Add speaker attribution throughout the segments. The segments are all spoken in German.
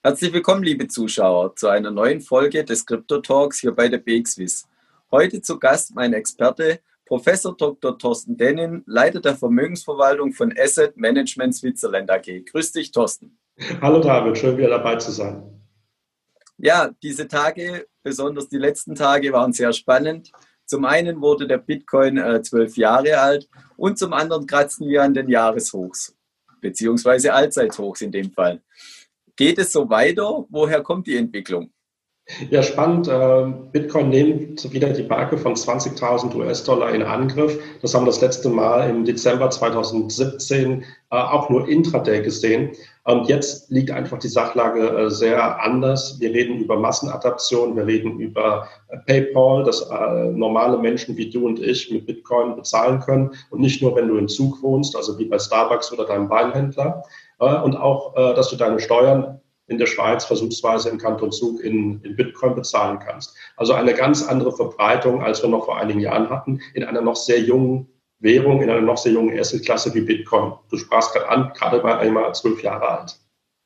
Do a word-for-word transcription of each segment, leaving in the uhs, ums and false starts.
Speaker 1: Herzlich willkommen, liebe Zuschauer, zu einer neuen Folge des Crypto Talks hier bei der B X Wiss. Heute zu Gast mein Experte, Professor Doktor Thorsten Dennin, Leiter der Vermögensverwaltung von Asset Management Switzerland A G. Grüß dich, Thorsten.
Speaker 2: Hallo David, schön wieder dabei zu sein.
Speaker 1: Ja, diese Tage, besonders die letzten Tage, waren sehr spannend. Zum einen wurde der Bitcoin äh, zwölf Jahre alt und zum anderen kratzen wir an den Jahreshochs, beziehungsweise Allzeithochs in dem Fall. Geht es so weiter? Woher kommt die Entwicklung?
Speaker 2: Ja, spannend. Bitcoin nimmt wieder die Marke von zwanzigtausend US-Dollar in Angriff. Das haben wir das letzte Mal im Dezember zweitausendsiebzehn auch nur intraday gesehen. Und jetzt liegt einfach die Sachlage sehr anders. Wir reden über Massenadaption, wir reden über PayPal, dass normale Menschen wie du und ich mit Bitcoin bezahlen können. Und nicht nur, wenn du im Zug wohnst, also wie bei Starbucks oder deinem Weinhändler. Und auch, dass du deine Steuern in der Schweiz versuchsweise im Kanton Zug in, in Bitcoin bezahlen kannst. Also eine ganz andere Verbreitung, als wir noch vor einigen Jahren hatten, in einer noch sehr jungen Währung, in einer noch sehr jungen Assetklasse wie Bitcoin. Du sprachst gerade an, gerade mal einmal zwölf Jahre alt.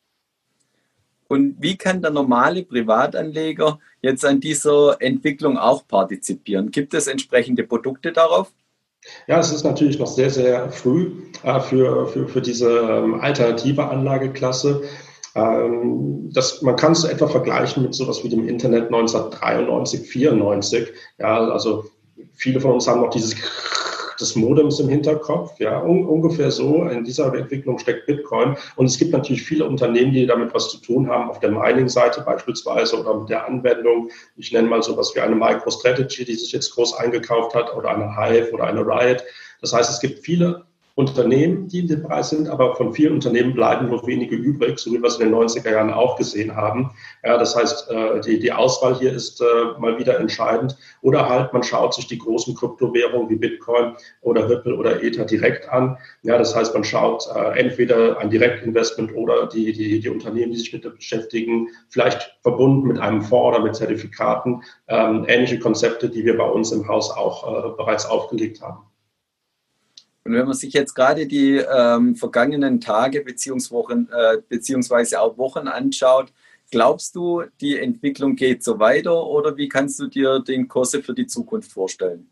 Speaker 1: Und wie kann der normale Privatanleger jetzt an dieser Entwicklung auch partizipieren? Gibt es entsprechende Produkte darauf?
Speaker 2: Ja, es ist natürlich noch sehr, sehr früh äh, für, für, für diese ähm, alternative Anlageklasse. Das, man kann es etwa vergleichen mit sowas wie dem Internet neunzehnhundertdreiundneunzig, vierundneunzig. Ja, also viele von uns haben noch dieses des Modems im Hinterkopf. Ja, un, ungefähr so in dieser Entwicklung steckt Bitcoin. Und es gibt natürlich viele Unternehmen, die damit was zu tun haben, auf der Mining-Seite beispielsweise oder mit der Anwendung. Ich nenne mal sowas wie eine MicroStrategy, die sich jetzt groß eingekauft hat, oder eine Hive oder eine Riot. Das heißt, es gibt viele Unternehmen, die in dem Preis sind, aber von vielen Unternehmen bleiben nur wenige übrig, so wie wir es in den neunziger Jahren auch gesehen haben. Ja, das heißt, die, die Auswahl hier ist mal wieder entscheidend. Oder halt, man schaut sich die großen Kryptowährungen wie Bitcoin oder Ripple oder Ether direkt an. Ja, das heißt, man schaut entweder ein Direktinvestment oder die, die, die Unternehmen, die sich mit beschäftigen, vielleicht verbunden mit einem Fonds oder mit Zertifikaten, ähm, ähnliche Konzepte, die wir bei uns im Haus auch äh, bereits aufgelegt haben.
Speaker 1: Und wenn man sich jetzt gerade die ähm, vergangenen Tage beziehungsweise, äh, beziehungsweise auch Wochen anschaut, glaubst du, die Entwicklung geht so weiter oder wie kannst du dir den Kurse für die Zukunft vorstellen?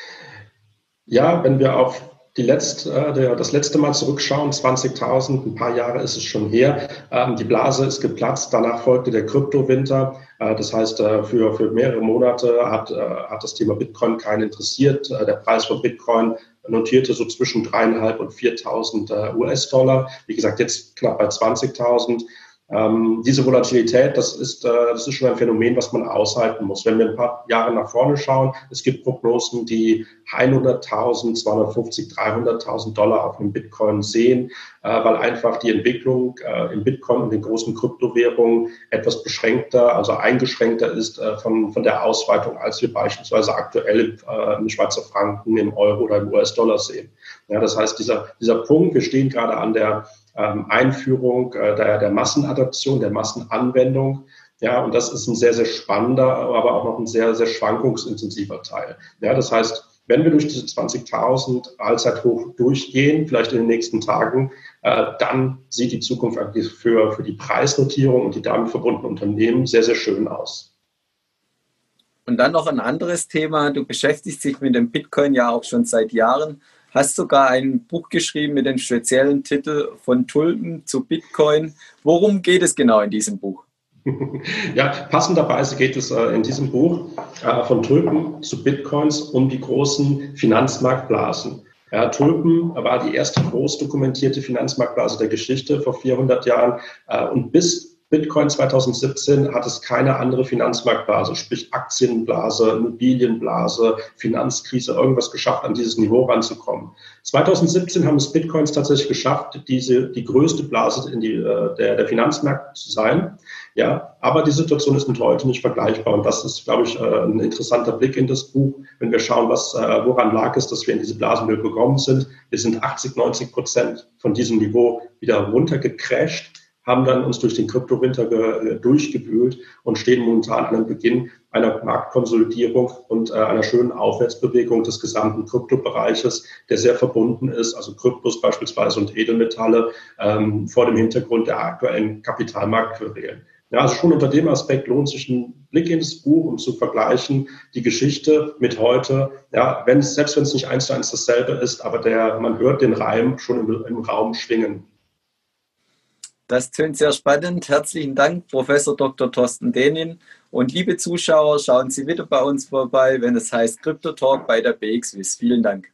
Speaker 2: Ja, wenn wir auf die letzte, äh, der, das letzte Mal zurückschauen, zwanzigtausend, ein paar Jahre ist es schon her, ähm, die Blase ist geplatzt, danach folgte der Kryptowinter. Äh, das heißt, äh, für, für mehrere Monate hat, äh, hat das Thema Bitcoin keinen interessiert. Äh, der Preis von Bitcoin notierte so zwischen dreieinhalb und viertausend äh, US-Dollar. Wie gesagt, jetzt knapp bei zwanzigtausend. Ähm, diese Volatilität, das ist, äh, das ist schon ein Phänomen, was man aushalten muss. Wenn wir ein paar Jahre nach vorne schauen, es gibt Prognosen, die hunderttausend, zweihundertfünfzig, dreihunderttausend Dollar auf einem Bitcoin sehen, äh, weil einfach die Entwicklung äh, im Bitcoin und den großen Kryptowährungen etwas beschränkter, also eingeschränkter ist äh, von, von der Ausweitung, als wir beispielsweise aktuell äh, im Schweizer Franken, im Euro oder im U S-Dollar sehen. Ja, das heißt, dieser, dieser Punkt, wir stehen gerade an der Ähm, Einführung äh, der, der Massenadaption, der Massenanwendung. Ja, und das ist ein sehr, sehr spannender, aber auch noch ein sehr, sehr schwankungsintensiver Teil. Ja, das heißt, wenn wir durch diese zwanzigtausend Allzeithoch durchgehen, vielleicht in den nächsten Tagen, äh, dann sieht die Zukunft eigentlich für, für die Preisnotierung und die damit verbundenen Unternehmen sehr, sehr schön aus.
Speaker 1: Und dann noch ein anderes Thema. Du beschäftigst dich mit dem Bitcoin ja auch schon seit Jahren. Hast sogar ein Buch geschrieben mit dem speziellen Titel Von Tulpen zu Bitcoin. Worum geht es genau in diesem Buch?
Speaker 2: Ja, passenderweise geht es äh, in diesem Buch äh, von Tulpen zu Bitcoins um die großen Finanzmarktblasen. Ja, Tulpen war die erste groß dokumentierte Finanzmarktblase der Geschichte vor vierhundert Jahren äh, und bis Bitcoin zweitausendsiebzehn hat es keine andere Finanzmarktblase, sprich Aktienblase, Immobilienblase, Finanzkrise, irgendwas geschafft, an dieses Niveau ranzukommen. zweitausendsiebzehn haben es Bitcoins tatsächlich geschafft, diese, die größte Blase in die, der, der Finanzmärkte zu sein. Ja, aber die Situation ist mit heute nicht vergleichbar. Und das ist, glaube ich, ein interessanter Blick in das Buch, wenn wir schauen, was, woran lag es, dass wir in diese Blasenhöhe gekommen sind. Wir sind achtzig, neunzig Prozent von diesem Niveau wieder runtergecrasht, haben dann uns durch den Kryptowinter ge, durchgewühlt und stehen momentan an dem Beginn einer Marktkonsolidierung und äh, einer schönen Aufwärtsbewegung des gesamten Kryptobereiches, der sehr verbunden ist, also Kryptos beispielsweise und Edelmetalle, ähm, vor dem Hintergrund der aktuellen Kapitalmarktquerelen. Ja, also schon unter dem Aspekt lohnt sich ein Blick ins Buch, um zu vergleichen, die Geschichte mit heute. Ja, wenn es, selbst wenn es nicht eins zu eins dasselbe ist, aber der, man hört den Reim schon im, im Raum schwingen.
Speaker 1: Das klingt sehr spannend. Herzlichen Dank, Professor Doktor Thorsten Dehnin. Und liebe Zuschauer, schauen Sie wieder bei uns vorbei, wenn es heißt Krypto Talk bei der B X W I S. Vielen Dank.